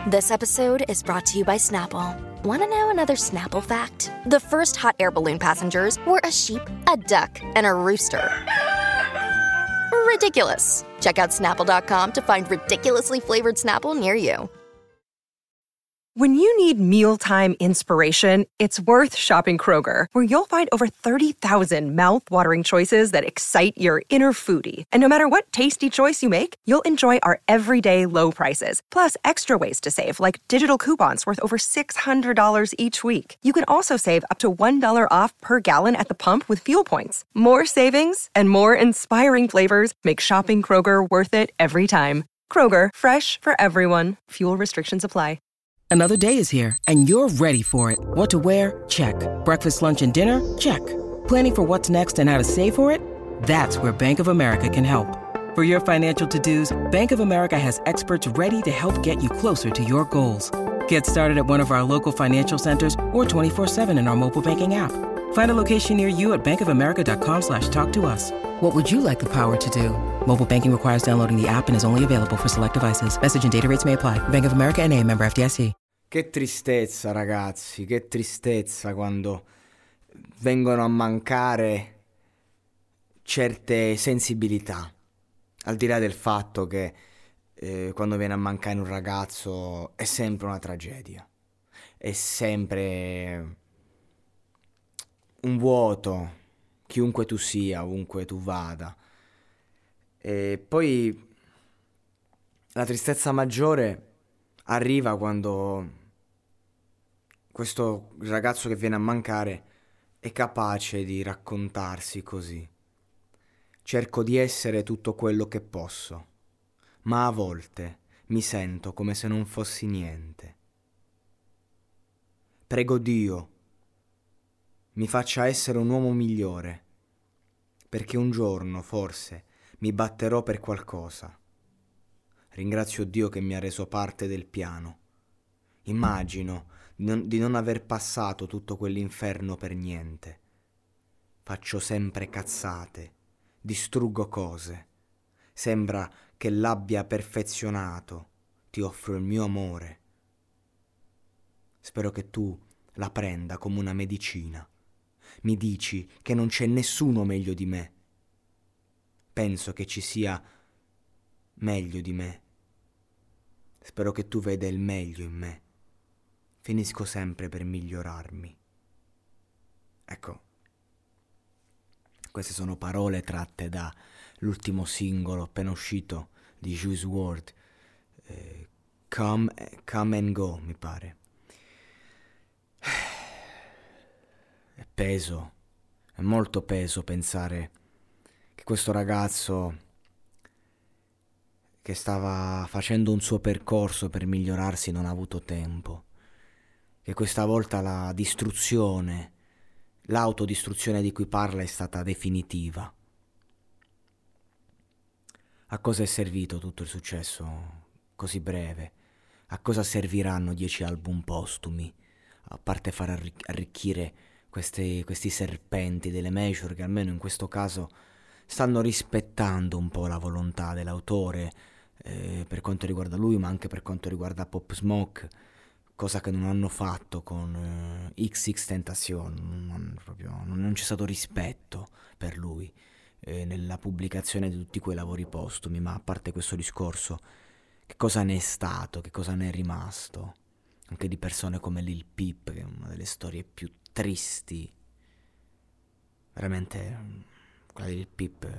This episode is brought to you by Snapple. Want to know another Snapple fact? The first hot air balloon passengers were a sheep, a duck, and a rooster. Ridiculous. Check out Snapple.com to find ridiculously flavored Snapple near you. When you need mealtime inspiration, it's worth shopping Kroger, where you'll find over 30,000 mouth-watering choices that excite your inner foodie. And no matter what tasty choice you make, you'll enjoy our everyday low prices, plus extra ways to save, like digital coupons worth over $600 each week. You can also save up to $1 off per gallon at the pump with fuel points. More savings and more inspiring flavors make shopping Kroger worth it every time. Kroger, fresh for everyone. Fuel restrictions apply. Another day is here, and you're ready for it. What to wear? Check. Breakfast, lunch, and dinner? Check. Planning for what's next and how to save for it? That's where Bank of America can help. For your financial to-dos, Bank of America has experts ready to help get you closer to your goals. Get started at one of our local financial centers or 24/7 in our mobile banking app. Find a location near you at bankofamerica.com/talktous. What would you like the power to do? Mobile banking requires downloading the app and is only available for select devices. Message and data rates may apply. Bank of America N.A., member FDIC. Che tristezza, ragazzi, che tristezza quando vengono a mancare certe sensibilità. Al di là del fatto che quando viene a mancare un ragazzo è sempre una tragedia. È sempre un vuoto, chiunque tu sia, ovunque tu vada. E poi la tristezza maggiore arriva quando questo ragazzo che viene a mancare è capace di raccontarsi così. Cerco di essere tutto quello che posso, ma a volte mi sento come se non fossi niente. Prego Dio mi faccia essere un uomo migliore, perché un giorno, forse, mi batterò per qualcosa. Ringrazio Dio che mi ha reso parte del piano. Immagino di non aver passato tutto quell'inferno per niente. Faccio sempre cazzate, distruggo cose. Sembra che l'abbia perfezionato. Ti offro il mio amore. Spero che tu la prenda come una medicina. Mi dici che non c'è nessuno meglio di me. Penso che ci sia meglio di me. Spero che tu veda il meglio in me. Finisco sempre per migliorarmi. Ecco, queste sono parole tratte dall'ultimo singolo appena uscito di Juice WRLD, Come and Go, mi pare. È peso, è molto peso pensare che questo ragazzo che stava facendo un suo percorso per migliorarsi non ha avuto tempo, che questa volta la distruzione, l'autodistruzione di cui parla è stata definitiva. A cosa è servito tutto il successo così breve? A cosa serviranno 10 album postumi? A parte far arricchire questi serpenti delle major che almeno in questo caso stanno rispettando un po' la volontà dell'autore per quanto riguarda lui, ma anche per quanto riguarda Pop Smoke, cosa che non hanno fatto con XXXTentacion. Non c'è stato rispetto per lui nella pubblicazione di tutti quei lavori postumi. Ma a parte questo discorso, che cosa ne è stato, che cosa ne è rimasto anche di persone come Lil Peep, che è una delle storie più tristi, veramente. Quella di Lil Peep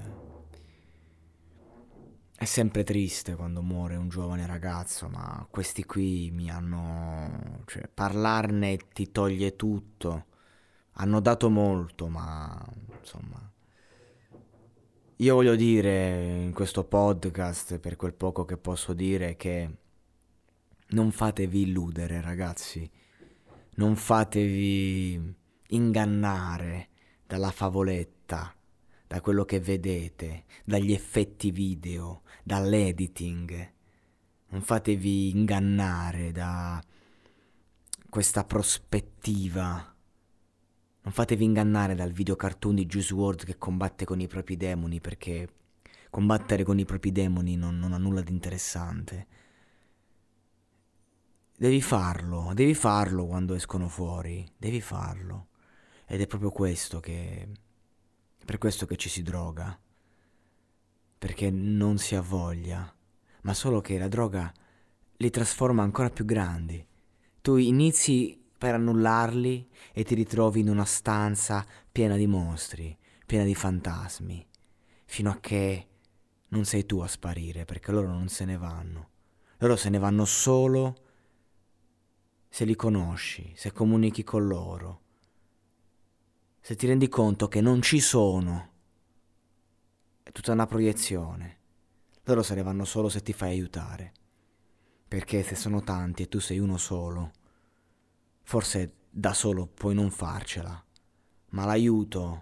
è sempre triste quando muore un giovane ragazzo, ma questi qui mi hanno, cioè, parlarne ti toglie tutto. Hanno dato molto, ma insomma, io voglio dire in questo podcast, per quel poco che posso dire, che non fatevi illudere, ragazzi. Non fatevi ingannare dalla favoletta, da quello che vedete, dagli effetti video, dall'editing. Non fatevi ingannare da questa prospettiva. Non fatevi ingannare dal videocartoon di Juice WRLD che combatte con i propri demoni, perché combattere con i propri demoni non ha nulla di interessante. devi farlo quando escono fuori, devi farlo. Ed è proprio per questo che ci si droga, perché non si ha voglia, ma solo che la droga li trasforma ancora più grandi. Tu inizi per annullarli e ti ritrovi in una stanza piena di mostri, piena di fantasmi, fino a che non sei tu a sparire, perché loro non se ne vanno. Loro se ne vanno solo se li conosci, se comunichi con loro, se ti rendi conto che non ci sono. È tutta una proiezione. Loro se ne vanno solo se ti fai aiutare, perché se sono tanti e tu sei uno solo, forse da solo puoi non farcela, ma l'aiuto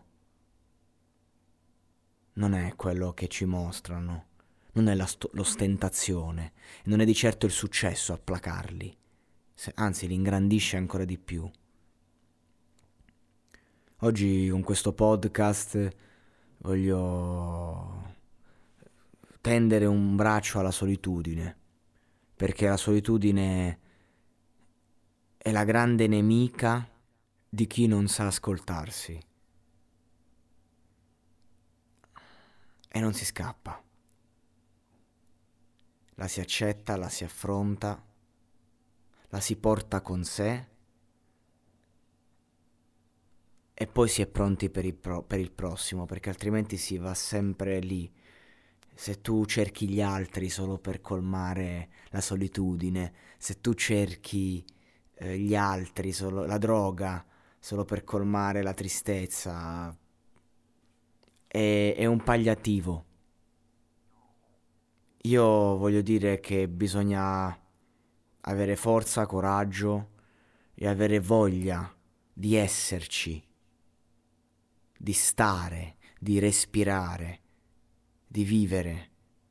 non è quello che ci mostrano, non è l'ostentazione, non è di certo il successo a placarli, anzi li ingrandisce ancora di più. Oggi con questo podcast voglio tendere un braccio alla solitudine, perché la solitudine è la grande nemica di chi non sa ascoltarsi e non si scappa. La si accetta, la si affronta, la si porta con sé e poi si è pronti per il prossimo, perché altrimenti si va sempre lì. Se tu cerchi gli altri solo per colmare la solitudine, se tu cerchi gli altri, la droga, solo per colmare la tristezza, è un palliativo. Io voglio dire che bisogna avere forza, coraggio e avere voglia di esserci, di stare, di respirare, di vivere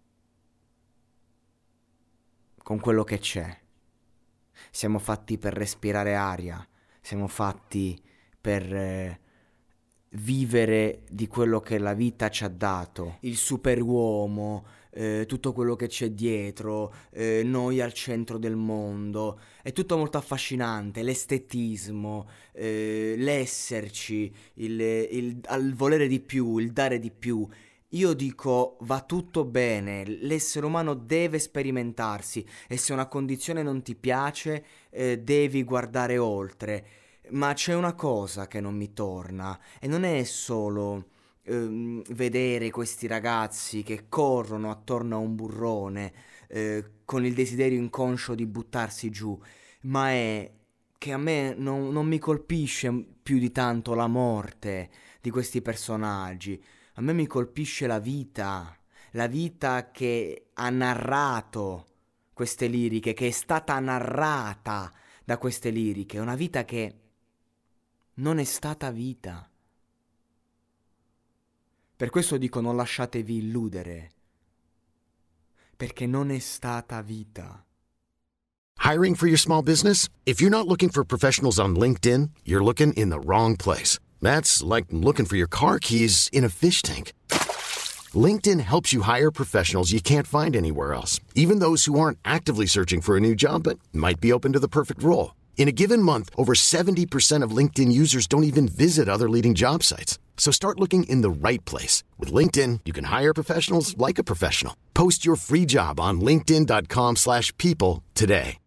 con quello che c'è. Siamo fatti per respirare aria, siamo fatti per vivere di quello che la vita ci ha dato, il superuomo, tutto quello che c'è dietro, noi al centro del mondo, è tutto molto affascinante, l'estetismo, l'esserci, il volere di più, il dare di più. Io dico, va tutto bene, l'essere umano deve sperimentarsi e se una condizione non ti piace, devi guardare oltre. Ma c'è una cosa che non mi torna e non è solo vedere questi ragazzi che corrono attorno a un burrone con il desiderio inconscio di buttarsi giù, ma è che a me non mi colpisce più di tanto la morte di questi personaggi. A me mi colpisce la vita che ha narrato queste liriche, che è stata narrata da queste liriche, una vita che non è stata vita. Per questo dico non lasciatevi illudere, perché non è stata vita. Hiring for your small business? If you're not looking for professionals on LinkedIn, you're looking in the wrong place. That's like looking for your car keys in a fish tank. LinkedIn helps you hire professionals you can't find anywhere else, even those who aren't actively searching for a new job but might be open to the perfect role. In a given month, over 70% of LinkedIn users don't even visit other leading job sites. So start looking in the right place. With LinkedIn, you can hire professionals like a professional. Post your free job on linkedin.com/people today.